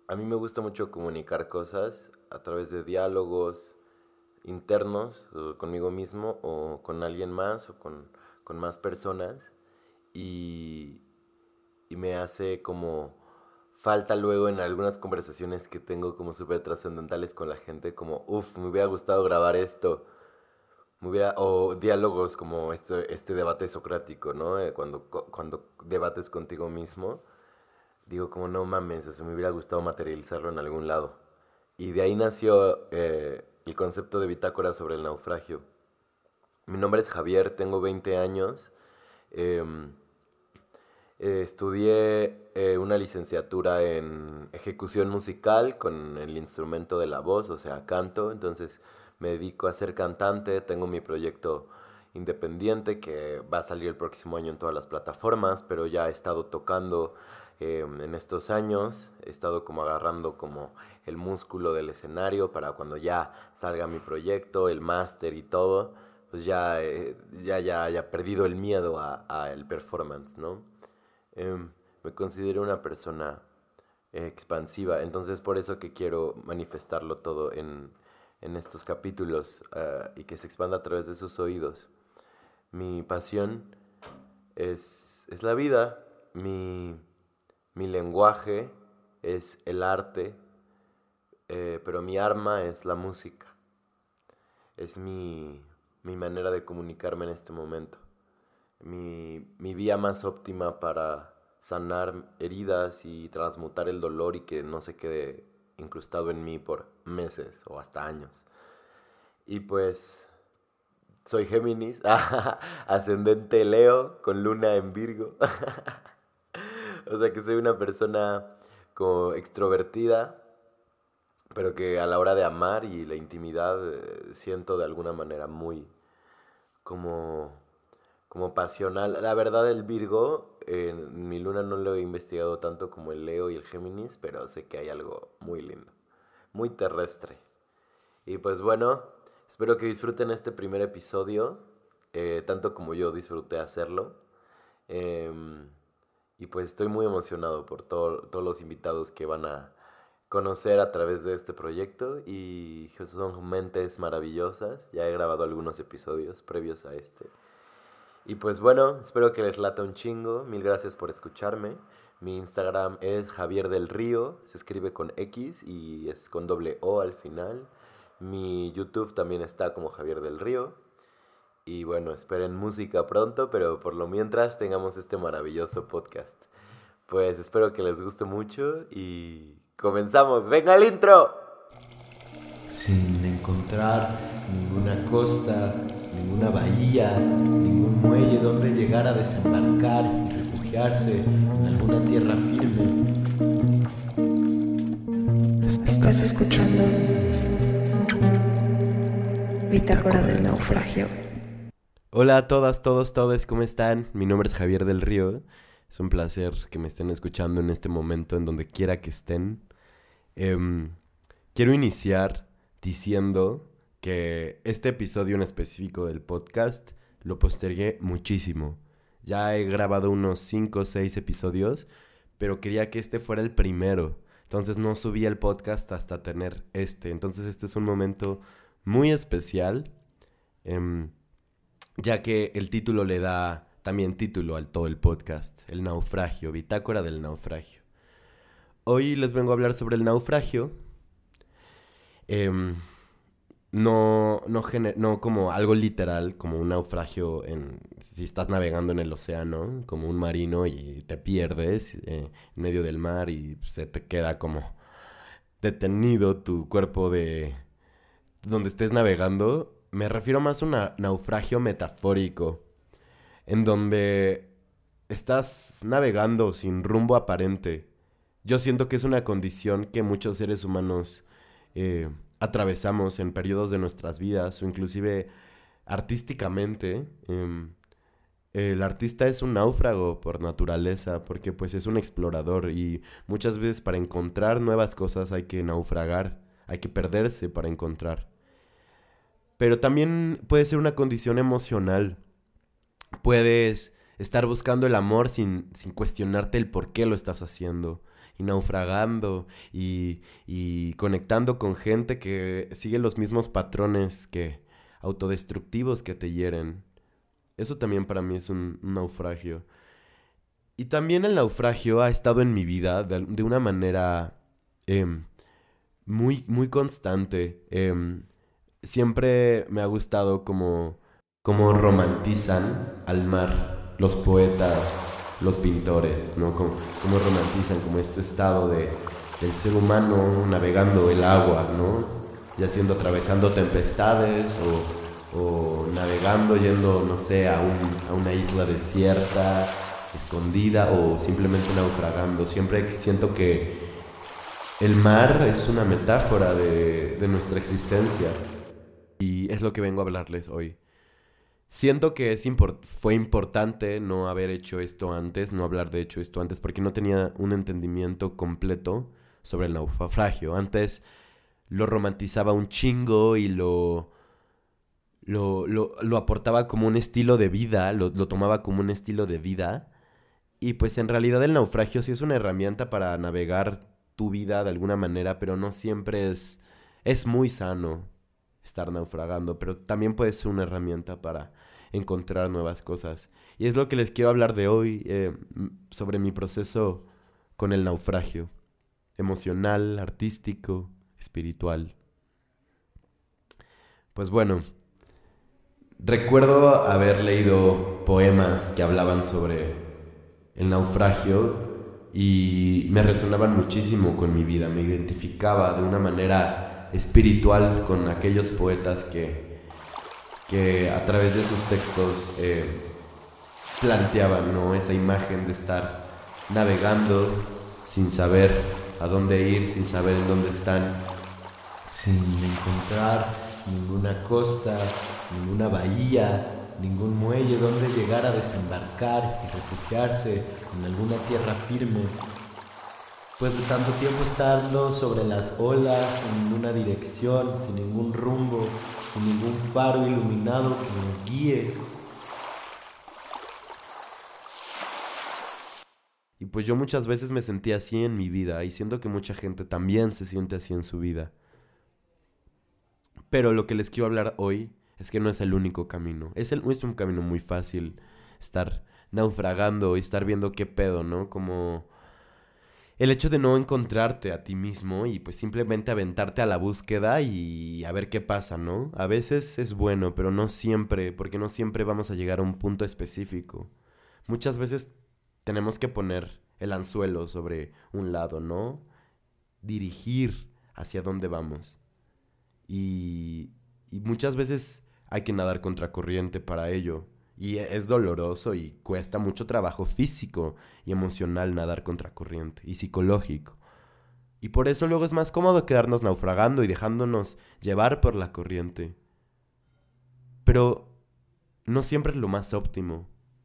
A mí me gusta mucho comunicar cosas a través de diálogos internos, o conmigo mismo o con alguien más o con más personas. Y, y me hace como falta luego en algunas conversaciones que tengo como súper trascendentales con la gente, como, uff, me hubiera gustado grabar esto. O diálogos como este debate socrático, ¿no? Cuando debates contigo mismo, digo como no mames, o sea, me hubiera gustado materializarlo en algún lado. Y de ahí nació el concepto de bitácora sobre el naufragio. Mi nombre es Javier, tengo 20 años. em, Estudié una licenciatura en ejecución musical con el instrumento de la voz, o sea, canto. Entonces me dedico a ser cantante, tengo mi proyecto independiente que va a salir el próximo año en todas las plataformas, pero ya he estado tocando en estos años, he estado como agarrando como el músculo del escenario para cuando ya salga mi proyecto, el máster y todo, pues ya perdido el miedo a el performance, ¿no? Me considero una persona expansiva, entonces por eso que quiero manifestarlo todo en estos capítulos y que se expanda a través de sus oídos. Mi pasión es la vida, mi lenguaje es el arte, pero mi arma es la música, es mi manera de comunicarme en este momento. Mi vía más óptima para sanar heridas y transmutar el dolor y que no se quede incrustado en mí por meses o hasta años. Y pues soy Géminis, ascendente Leo con luna en Virgo. O sea que soy una persona como extrovertida, pero que a la hora de amar y la intimidad siento de alguna manera muy como como pasional. La verdad, el Virgo, en mi luna no lo he investigado tanto como el Leo y el Géminis, pero sé que hay algo muy lindo, muy terrestre. Y pues bueno, espero que disfruten este primer episodio, tanto como yo disfruté hacerlo. Em, y pues estoy muy emocionado por todos los invitados que van a conocer a través de este proyecto y son mentes maravillosas. Ya he grabado algunos episodios previos a este. Y pues bueno, espero que les lata un chingo. Mil gracias por escucharme. Mi Instagram es Javier del Río. Se escribe con X y es con doble O al final. Mi YouTube también está como Javier del Río. Y bueno, esperen música pronto, pero por lo mientras tengamos este maravilloso podcast. Pues espero que les guste mucho y comenzamos. ¡Venga el intro! Sin encontrar ninguna costa, ninguna bahía, ningún muelle donde llegar a desembarcar y refugiarse en alguna tierra firme. Estás escuchando Bitácora del Naufragio. Hola a todas, todos, todes, ¿cómo están? Mi nombre es Javier del Río. Es un placer que me estén escuchando en este momento, en donde quiera que estén. Quiero iniciar diciendo que este episodio en específico del podcast lo postergué muchísimo. Ya he grabado unos 5 o 6 episodios, pero quería que este fuera el primero. Entonces no subí el podcast hasta tener este. Entonces este es un momento muy especial, em, ya que el título le da también título al todo el podcast, El Naufragio, Bitácora del Naufragio. Hoy les vengo a hablar sobre el naufragio. Em, no como algo literal, como un naufragio si estás navegando en el océano, como un marino y te pierdes en medio del mar y se te queda como detenido tu cuerpo de donde estés navegando. Me refiero más a un naufragio metafórico, en donde estás navegando sin rumbo aparente. Yo siento que es una condición que muchos seres humanos atravesamos en periodos de nuestras vidas o inclusive artísticamente. El artista es un náufrago por naturaleza porque pues es un explorador y muchas veces para encontrar nuevas cosas hay que naufragar, hay que perderse para encontrar. Pero también puede ser una condición emocional. Puedes estar buscando el amor sin cuestionarte el por qué lo estás haciendo. y naufragando y conectando con gente que sigue los mismos patrones que autodestructivos que te hieren. Eso también para mí es un naufragio. Y también el naufragio ha estado en mi vida de una manera em, muy constante. Siempre me ha gustado como romantizan al mar los poetas, los pintores, ¿no? Como romantizan como este estado del ser humano navegando el agua, ¿no? Ya siendo atravesando tempestades o navegando yendo, no sé, a una isla desierta, escondida o simplemente naufragando. Siempre siento que el mar es una metáfora de nuestra existencia y es lo que vengo a hablarles hoy. Siento que fue importante no haber hecho esto antes, no hablar de hecho esto antes, porque no tenía un entendimiento completo sobre el naufragio. Antes lo romantizaba un chingo y lo aportaba como un estilo de vida, lo tomaba como un estilo de vida. Y pues en realidad el naufragio sí es una herramienta para navegar tu vida de alguna manera, pero no siempre es muy sano estar naufragando, pero también puede ser una herramienta para encontrar nuevas cosas. Y es lo que les quiero hablar de hoy, sobre mi proceso con el naufragio, emocional, artístico, espiritual. Pues bueno, recuerdo haber leído poemas que hablaban sobre el naufragio y me resonaban muchísimo con mi vida, me identificaba de una manera espiritual con aquellos poetas que a través de sus textos planteaban, ¿no?, esa imagen de estar navegando sin saber a dónde ir, sin saber en dónde están, sin encontrar ninguna costa, ninguna bahía, ningún muelle donde llegar a desembarcar y refugiarse en alguna tierra firme. Pues de tanto tiempo estando sobre las olas, sin ninguna dirección, sin ningún rumbo, sin ningún faro iluminado que nos guíe. Y pues yo muchas veces me sentí así en mi vida y siento que mucha gente también se siente así en su vida. Pero lo que les quiero hablar hoy es que no es el único camino. Es un camino muy fácil estar naufragando y estar viendo qué pedo, ¿no? Como el hecho de no encontrarte a ti mismo y pues simplemente aventarte a la búsqueda y a ver qué pasa, ¿no? A veces es bueno, pero no siempre, porque no siempre vamos a llegar a un punto específico. Muchas veces tenemos que poner el anzuelo sobre un lado, ¿no? Dirigir hacia dónde vamos. Y muchas veces hay que nadar contracorriente para ello. Y es doloroso y cuesta mucho trabajo físico y emocional nadar contracorriente y psicológico. Y por eso luego es más cómodo quedarnos naufragando y dejándonos llevar por la corriente. Pero no siempre es lo más óptimo.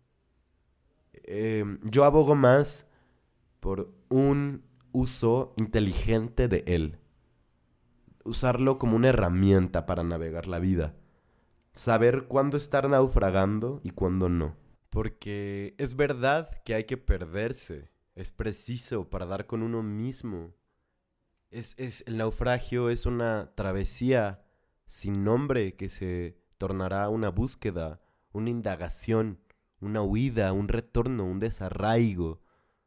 Yo abogo más por un uso inteligente de él. Usarlo como una herramienta para navegar la vida. Saber cuándo estar naufragando y cuándo no. Porque es verdad que hay que perderse. Es preciso para dar con uno mismo. El naufragio es una travesía sin nombre que se tornará una búsqueda, una indagación, una huida, un retorno, un desarraigo.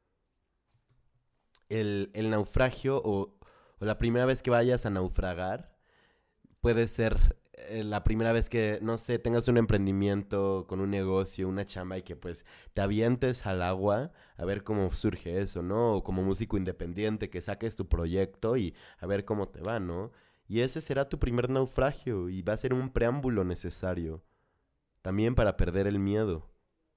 El naufragio o la primera vez que vayas a naufragar puede ser la primera vez que, no sé, tengas un emprendimiento con un negocio, una chamba y que pues te avientes al agua a ver cómo surge eso, ¿no? O como músico independiente que saques tu proyecto y a ver cómo te va, ¿no? Y ese será tu primer naufragio y va a ser un preámbulo necesario. También para perder el miedo.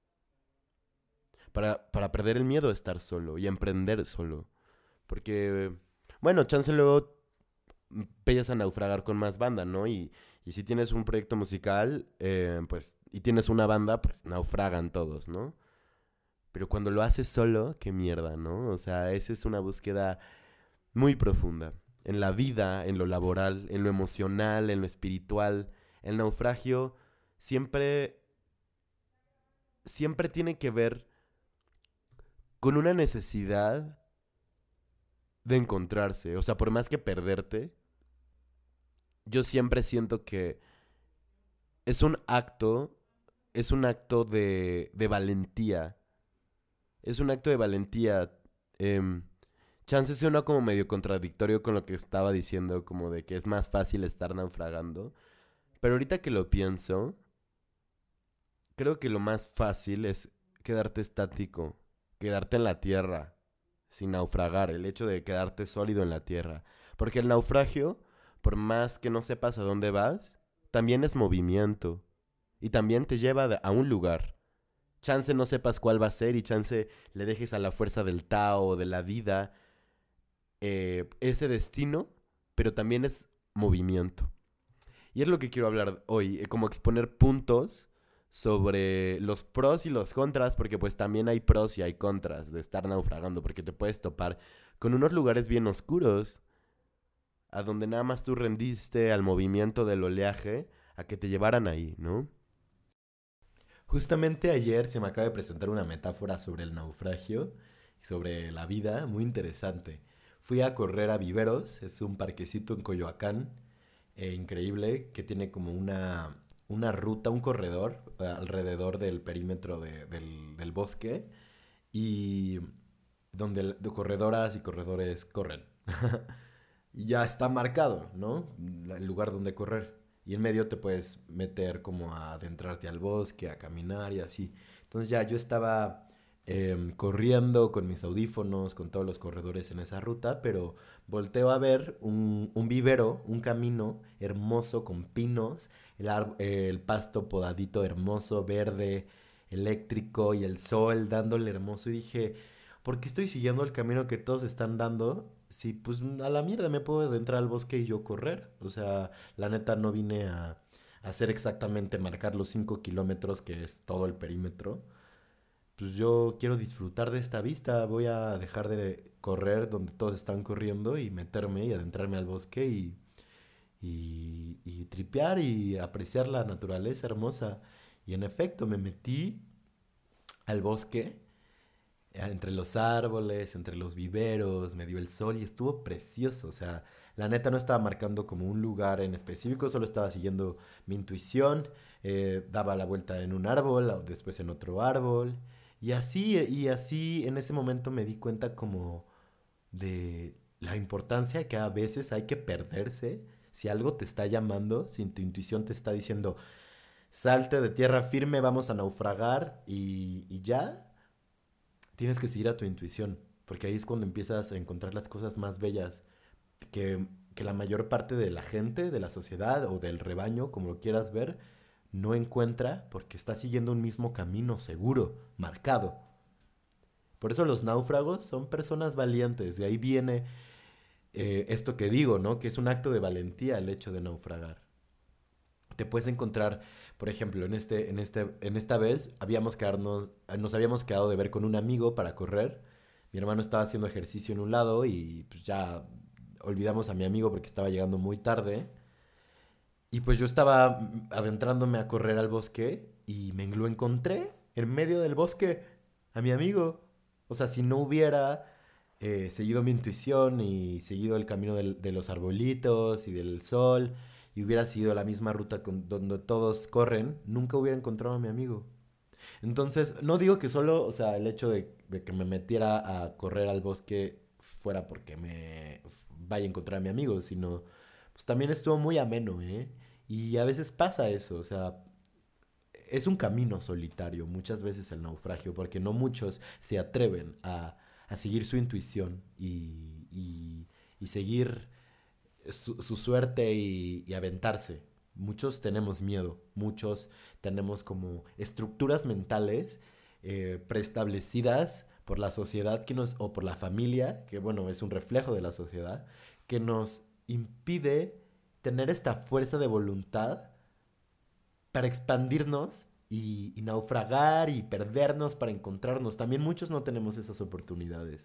Para perder el miedo a estar solo y a emprender solo. Porque, bueno, chance luego empiezas a naufragar con más banda, ¿no? Y si tienes un proyecto musical, pues, y tienes una banda, pues naufragan todos, ¿no? Pero cuando lo haces solo, qué mierda, ¿no? O sea, esa es una búsqueda muy profunda. En la vida, en lo laboral, en lo emocional, en lo espiritual. El naufragio siempre, siempre tiene que ver con una necesidad de encontrarse. O sea, por más que perderte, yo siempre siento que es un acto, es un acto de valentía. Es un acto de valentía. em, Chance suena como medio contradictorio con lo que estaba diciendo, como de que es más fácil estar naufragando. Pero ahorita que lo pienso, creo que lo más fácil es quedarte estático, quedarte en la tierra, sin naufragar, el hecho de quedarte sólido en la tierra. Porque el naufragio, por más que no sepas a dónde vas, también es movimiento. Y también te lleva a un lugar. Chance no sepas cuál va a ser y chance le dejes a la fuerza del Tao o de la vida ese destino, pero también es movimiento. Y es lo que quiero hablar hoy, como exponer puntos sobre los pros y los contras, porque pues también hay pros y hay contras de estar naufragando, porque te puedes topar con unos lugares bien oscuros, a donde nada más tú rendiste al movimiento del oleaje, a que te llevaran ahí, ¿no? Justamente ayer se me acaba de presentar una metáfora sobre el naufragio y sobre la vida muy interesante. Fui a correr a Viveros, es un parquecito en Coyoacán, increíble, que tiene como una ruta, un corredor alrededor del perímetro del bosque y donde corredoras y corredores corren. Y ya está marcado, ¿no? El lugar donde correr. Y en medio te puedes meter como a adentrarte al bosque, a caminar y así. Entonces ya yo estaba corriendo con mis audífonos, con todos los corredores en esa ruta, pero volteo a ver un vivero, un camino hermoso con pinos, el pasto podadito hermoso, verde, eléctrico y el sol dándole hermoso. Y dije, ¿por qué estoy siguiendo el camino que todos están dando? Sí, pues a la mierda me puedo entrar al bosque y yo correr. O sea, la neta no vine a hacer exactamente marcar los 5 kilómetros que es todo el perímetro. Pues yo quiero disfrutar de esta vista. Voy a dejar de correr donde todos están corriendo y meterme y adentrarme al bosque y tripear y apreciar la naturaleza hermosa. Y en efecto, me metí al bosque entre los árboles, entre los viveros, me dio el sol y estuvo precioso. O sea, la neta no estaba marcando como un lugar en específico, solo estaba siguiendo mi intuición. Daba la vuelta en un árbol, después en otro árbol. Y así en ese momento me di cuenta como de la importancia que a veces hay que perderse. Si algo te está llamando, si tu intuición te está diciendo, salte de tierra firme, vamos a naufragar y ya, tienes que seguir a tu intuición, porque ahí es cuando empiezas a encontrar las cosas más bellas que la mayor parte de la gente, de la sociedad o del rebaño, como lo quieras ver, no encuentra porque está siguiendo un mismo camino seguro, marcado. Por eso los náufragos son personas valientes, de ahí viene esto que digo, ¿no? Que es un acto de valentía el hecho de naufragar. Te puedes encontrar, por ejemplo, en esta vez nos habíamos quedado de ver con un amigo para correr. Mi hermano estaba haciendo ejercicio en un lado y pues ya olvidamos a mi amigo porque estaba llegando muy tarde. Y pues yo estaba adentrándome a correr al bosque y me lo encontré en medio del bosque a mi amigo. O sea, si no hubiera seguido mi intuición y seguido el camino de los arbolitos y del sol y hubiera seguido la misma ruta donde todos corren, nunca hubiera encontrado a mi amigo. Entonces, no digo que solo, o sea, el hecho de que me metiera a correr al bosque fuera porque vaya a encontrar a mi amigo, sino pues también estuvo muy ameno, ¿eh? Y a veces pasa eso, o sea, es un camino solitario muchas veces el naufragio, porque no muchos se atreven a seguir su intuición y seguir su suerte y aventarse. Muchos tenemos miedo, muchos tenemos como estructuras mentales preestablecidas por la sociedad o por la familia, que bueno, es un reflejo de la sociedad, que nos impide tener esta fuerza de voluntad para expandirnos y naufragar y perdernos para encontrarnos. También muchos no tenemos esas oportunidades.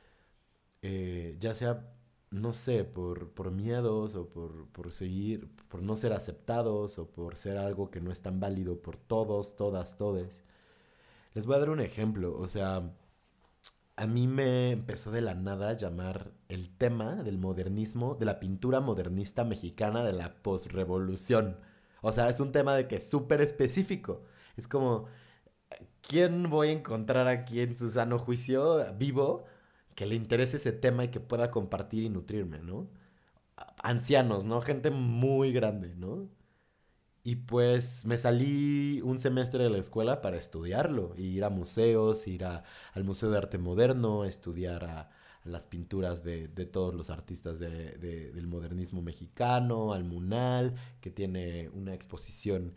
Ya sea, no sé, por miedos o por seguir, por no ser aceptados o por ser algo que no es tan válido por todos, todas, todes. Les voy a dar un ejemplo. O sea, a mí me empezó de la nada a llamar el tema del modernismo, de la pintura modernista mexicana de la posrevolución. O sea, es un tema de que es súper específico. Es como, ¿quién voy a encontrar aquí en su sano juicio vivo que le interese ese tema y que pueda compartir y nutrirme, ¿no? Ancianos, ¿no? Gente muy grande, ¿no? Y pues me salí un semestre de la escuela para estudiarlo, y ir a museos, al Museo de Arte Moderno, estudiar a las pinturas de todos los artistas del modernismo mexicano, al Munal, que tiene una exposición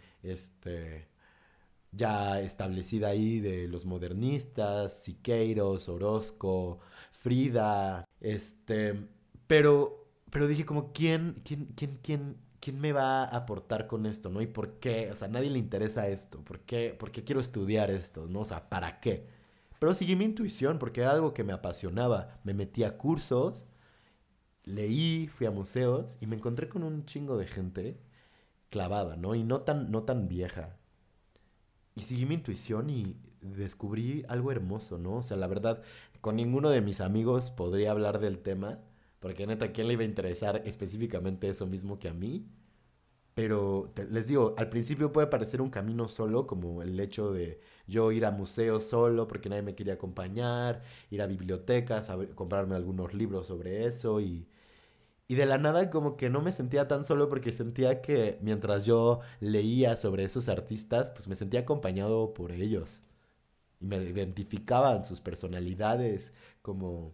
ya establecida ahí de los modernistas, Siqueiros, Orozco, Frida, pero dije como, ¿quién me va a aportar con esto, no? ¿Y por qué? O sea, a nadie le interesa esto. ¿Por qué quiero estudiar esto, no? O sea, ¿para qué? Pero seguí mi intuición porque era algo que me apasionaba. Me metí a cursos, leí, fui a museos y me encontré con un chingo de gente clavada, ¿no? Y no tan vieja. Y seguí mi intuición y descubrí algo hermoso, ¿no? O sea, la verdad, con ninguno de mis amigos podría hablar del tema, porque neta, ¿a quién le iba a interesar específicamente eso mismo que a mí? Pero les digo, al principio puede parecer un camino solo, como el hecho de yo ir a museos solo porque nadie me quería acompañar, ir a bibliotecas, comprarme algunos libros sobre eso y de la nada como que no me sentía tan solo porque sentía que mientras yo leía sobre esos artistas, pues me sentía acompañado por ellos. Y me identificaban sus personalidades como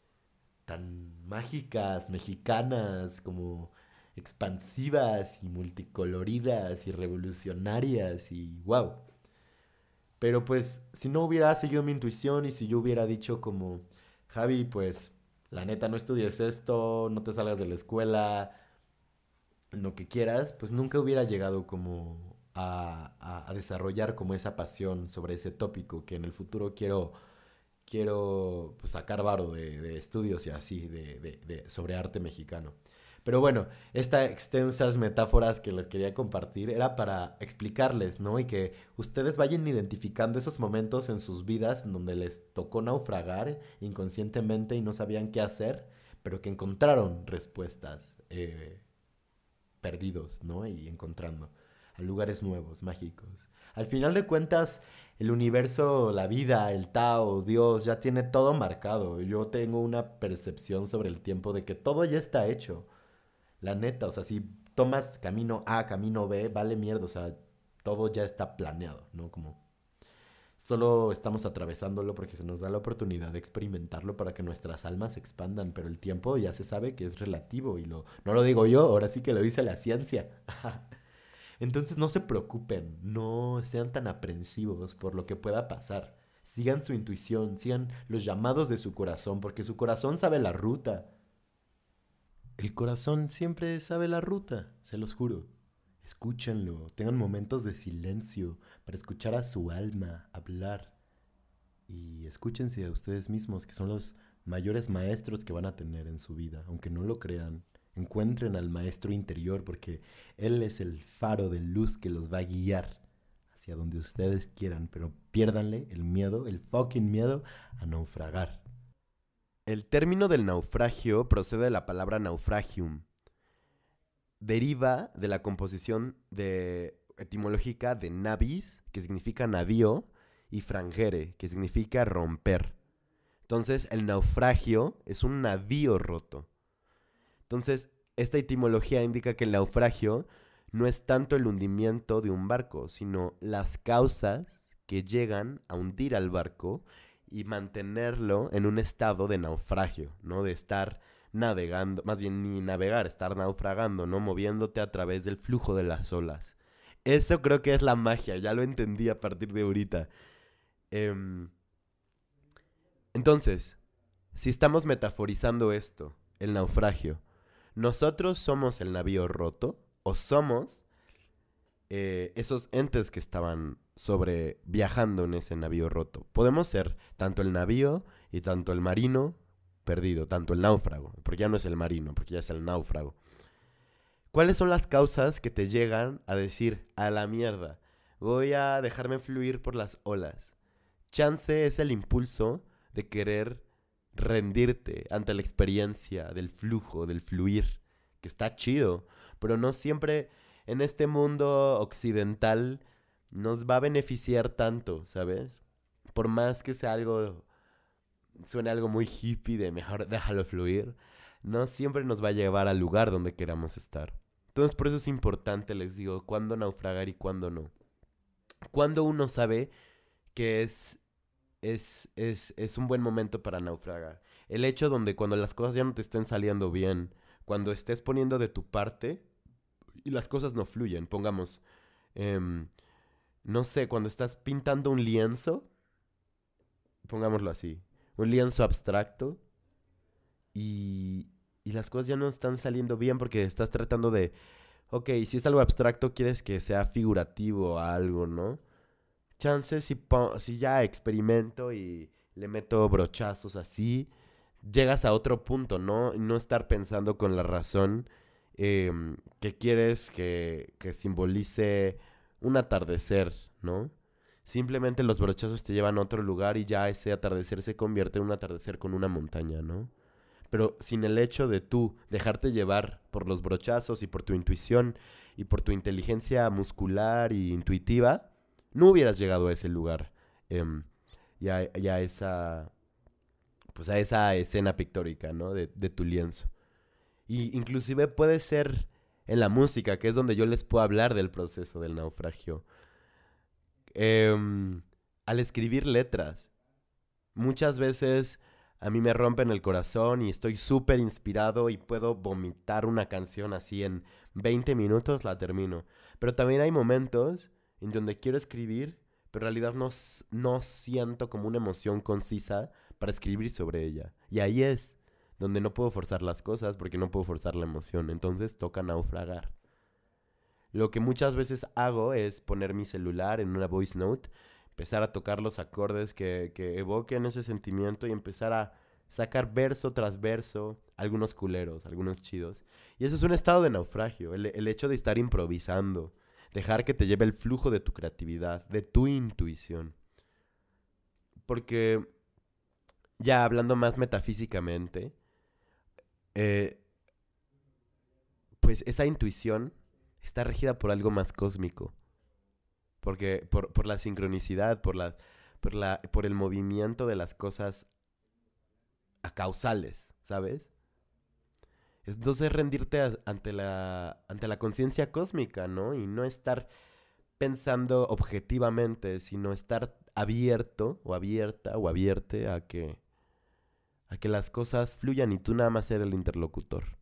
tan mágicas, mexicanas, como expansivas y multicoloridas y revolucionarias y wow. Pero pues si no hubiera seguido mi intuición y si yo hubiera dicho como, Javi, pues la neta no estudies esto, no te salgas de la escuela, lo que quieras, pues nunca hubiera llegado como a desarrollar como esa pasión sobre ese tópico que en el futuro quiero pues, sacar varo de estudios y así, sobre arte mexicano. Pero bueno, estas extensas metáforas que les quería compartir era para explicarles, ¿no? Y que ustedes vayan identificando esos momentos en sus vidas en donde les tocó naufragar inconscientemente y no sabían qué hacer, pero que encontraron respuestas, perdidos, ¿no? Y encontrando a lugares nuevos, mágicos. Al final de cuentas, el universo, la vida, el Tao, Dios, ya tiene todo marcado. Yo tengo una percepción sobre el tiempo de que todo ya está hecho. La neta, o sea, si tomas camino A, camino B, vale mierda, o sea, todo ya está planeado, ¿no? Como solo estamos atravesándolo porque se nos da la oportunidad de experimentarlo para que nuestras almas se expandan, pero el tiempo ya se sabe que es relativo y no lo digo yo, ahora sí que lo dice la ciencia. Entonces no se preocupen, no sean tan aprensivos por lo que pueda pasar. Sigan su intuición, sigan los llamados de su corazón, porque su corazón sabe la ruta. El corazón siempre sabe la ruta, se los juro. Escúchenlo, tengan momentos de silencio para escuchar a su alma hablar. Y escúchense a ustedes mismos, que son los mayores maestros que van a tener en su vida, aunque no lo crean. Encuentren al maestro interior porque él es el faro de luz que los va a guiar hacia donde ustedes quieran, pero piérdanle el miedo, el fucking miedo a naufragar. El término del naufragio procede de la palabra naufragium. Deriva de la composición etimológica de navis, que significa navío, y frangere, que significa romper. Entonces, el naufragio es un navío roto. Entonces, esta etimología indica que el naufragio no es tanto el hundimiento de un barco, sino las causas que llegan a hundir al barco y mantenerlo en un estado de naufragio, ¿no? De estar navegando, más bien ni navegar, estar naufragando, ¿no? Moviéndote a través del flujo de las olas. Eso creo que es la magia, ya lo entendí a partir de ahorita. Entonces, si estamos metaforizando esto, el naufragio, ¿nosotros somos el navío roto o somos esos entes que estaban viajando en ese navío roto? Podemos ser tanto el navío y tanto el marino perdido, tanto el náufrago, porque ya no es el marino, porque ya es el náufrago. ¿Cuáles son las causas que te llegan a decir, a la mierda, voy a dejarme fluir por las olas? Chance es el impulso de querer rendirte ante la experiencia del flujo, del fluir, que está chido, pero no siempre en este mundo occidental nos va a beneficiar tanto, ¿sabes? Por más que sea algo, suene algo muy hippie de mejor déjalo fluir, no siempre nos va a llevar al lugar donde queramos estar. Entonces por eso es importante, les digo, cuándo naufragar y cuándo no. Cuando uno sabe que es un buen momento para naufragar. El hecho donde cuando las cosas ya no te estén saliendo bien, cuando estés poniendo de tu parte y las cosas no fluyen, pongamos, em, no sé, cuando estás pintando un lienzo, pongámoslo así, un lienzo abstracto y, y las cosas ya no están saliendo bien porque estás tratando de, ok, si es algo abstracto, quieres que sea figurativo a algo, ¿no? Chances si ya experimento y le meto brochazos así, llegas a otro punto, ¿no? Y no estar pensando con la razón que quieres que simbolice un atardecer, ¿no? Simplemente los brochazos te llevan a otro lugar y ya ese atardecer se convierte en un atardecer con una montaña, ¿no? Pero sin el hecho de tú dejarte llevar por los brochazos y por tu intuición y por tu inteligencia muscular y intuitiva, no hubieras llegado a ese lugar em, y a esa, pues a esa escena pictórica, ¿no? De tu lienzo. Y inclusive puede ser en la música, que es donde yo les puedo hablar del proceso del naufragio. Em, Al escribir letras, muchas veces a mí me rompen el corazón y estoy súper inspirado y puedo vomitar una canción así en 20 minutos, la termino. Pero también hay momentos en donde quiero escribir, pero en realidad no siento como una emoción concisa para escribir sobre ella. Y ahí es donde no puedo forzar las cosas porque no puedo forzar la emoción. Entonces toca naufragar. Lo que muchas veces hago es poner mi celular en una voice note, empezar a tocar los acordes que evoquen ese sentimiento y empezar a sacar verso tras verso, algunos culeros, algunos chidos. Y eso es un estado de naufragio, el hecho de estar improvisando, dejar que te lleve el flujo de tu creatividad, de tu intuición. Porque ya hablando más metafísicamente, eh, pues esa intuición está regida por algo más cósmico. Porque por la sincronicidad, por el movimiento de las cosas acausales, ¿sabes? Entonces rendirte ante la conciencia cósmica, ¿no? Y no estar pensando objetivamente, sino estar abierto o abierta o abierte a que las cosas fluyan y tú nada más ser el interlocutor.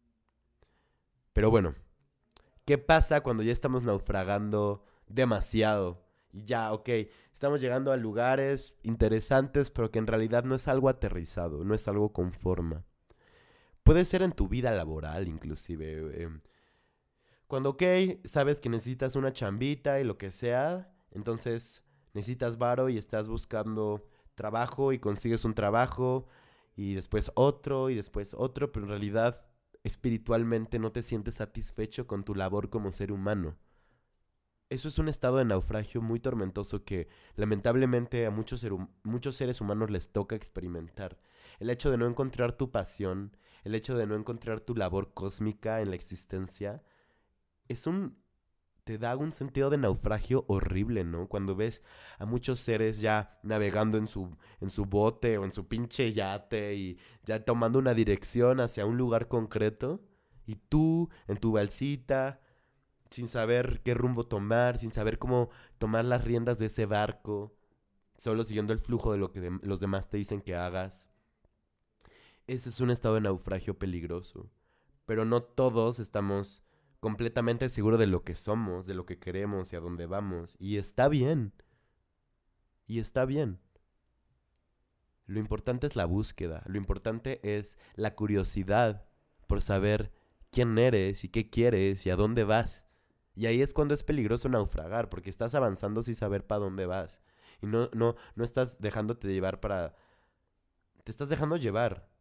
Pero bueno, ¿qué pasa cuando ya estamos naufragando demasiado? Y ya, ok, estamos llegando a lugares interesantes, pero que en realidad no es algo aterrizado, no es algo con forma. Puede ser en tu vida laboral, inclusive. Cuando, ok, sabes que necesitas una chambita y lo que sea, entonces necesitas varo y estás buscando trabajo y consigues un trabajo y después otro, pero en realidad espiritualmente no te sientes satisfecho con tu labor como ser humano. Eso es un estado de naufragio muy tormentoso que lamentablemente a muchos seres humanos les toca experimentar. El hecho de no encontrar tu pasión, el hecho de no encontrar tu labor cósmica en la existencia, es un te da un sentido de naufragio horrible, ¿no? Cuando ves a muchos seres ya navegando en su bote o en su pinche yate y ya tomando una dirección hacia un lugar concreto y tú en tu balsita sin saber qué rumbo tomar, sin saber cómo tomar las riendas de ese barco, solo siguiendo el flujo de lo que los demás te dicen que hagas. Ese es un estado de naufragio peligroso. Pero no todos estamos completamente seguros de lo que somos, de lo que queremos y a dónde vamos. Y está bien. Y está bien. Lo importante es la búsqueda. Lo importante es la curiosidad por saber quién eres y qué quieres y a dónde vas. Y ahí es cuando es peligroso naufragar, porque estás avanzando sin saber para dónde vas. Y no estás dejándote llevar para... Te estás dejando llevar.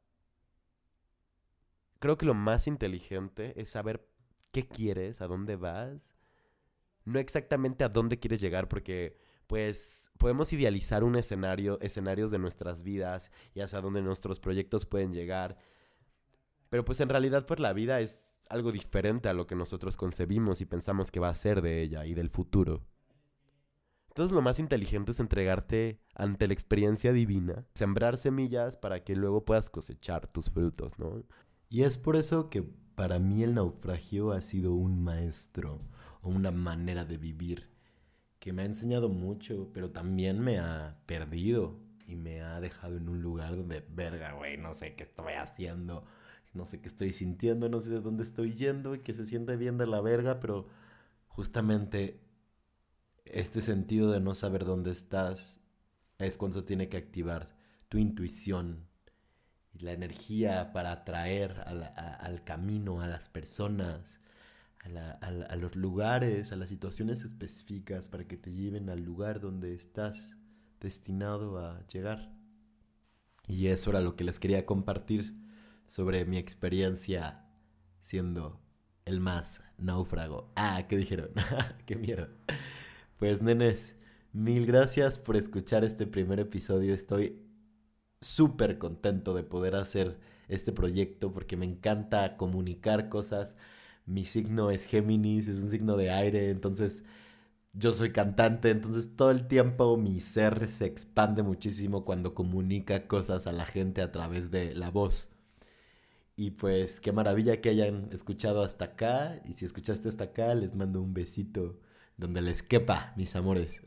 Creo que lo más inteligente es saber qué quieres, a dónde vas. No exactamente a dónde quieres llegar, porque pues podemos idealizar un escenario, escenarios de nuestras vidas y hacia dónde nuestros proyectos pueden llegar. Pero pues en realidad pues la vida es algo diferente a lo que nosotros concebimos y pensamos que va a ser de ella y del futuro. Entonces lo más inteligente es entregarte ante la experiencia divina, sembrar semillas para que luego puedas cosechar tus frutos, ¿no? Y es por eso que para mí el naufragio ha sido un maestro o una manera de vivir que me ha enseñado mucho, pero también me ha perdido y me ha dejado en un lugar donde, verga, güey, no sé qué estoy haciendo, no sé qué estoy sintiendo, no sé de dónde estoy yendo y que se siente bien de la verga, pero justamente este sentido de no saber dónde estás es cuando se tiene que activar tu intuición y la energía para atraer al camino, a las personas, a los lugares, a las situaciones específicas para que te lleven al lugar donde estás destinado a llegar. Y eso era lo que les quería compartir sobre mi experiencia siendo el más náufrago. Ah, ¿qué dijeron? ¡Qué mierda! Pues nenes, mil gracias por escuchar este primer episodio. Estoy súper contento de poder hacer este proyecto porque me encanta comunicar cosas. Mi signo es Géminis, es un signo de aire, entonces yo soy cantante, entonces todo el tiempo mi ser se expande muchísimo cuando comunica cosas a la gente a través de la voz. Y pues qué maravilla que hayan escuchado hasta acá. Y si escuchaste hasta acá, les mando un besito donde les quepa, mis amores.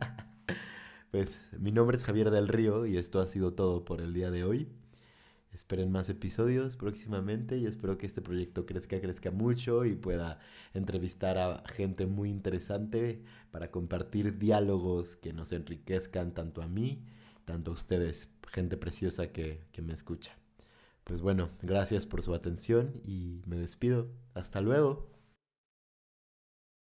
Pues mi nombre es Javier del Río y esto ha sido todo por el día de hoy. Esperen más episodios próximamente y espero que este proyecto crezca mucho y pueda entrevistar a gente muy interesante para compartir diálogos que nos enriquezcan tanto a mí, tanto a ustedes, gente preciosa que me escucha. Pues bueno, gracias por su atención y me despido. Hasta luego.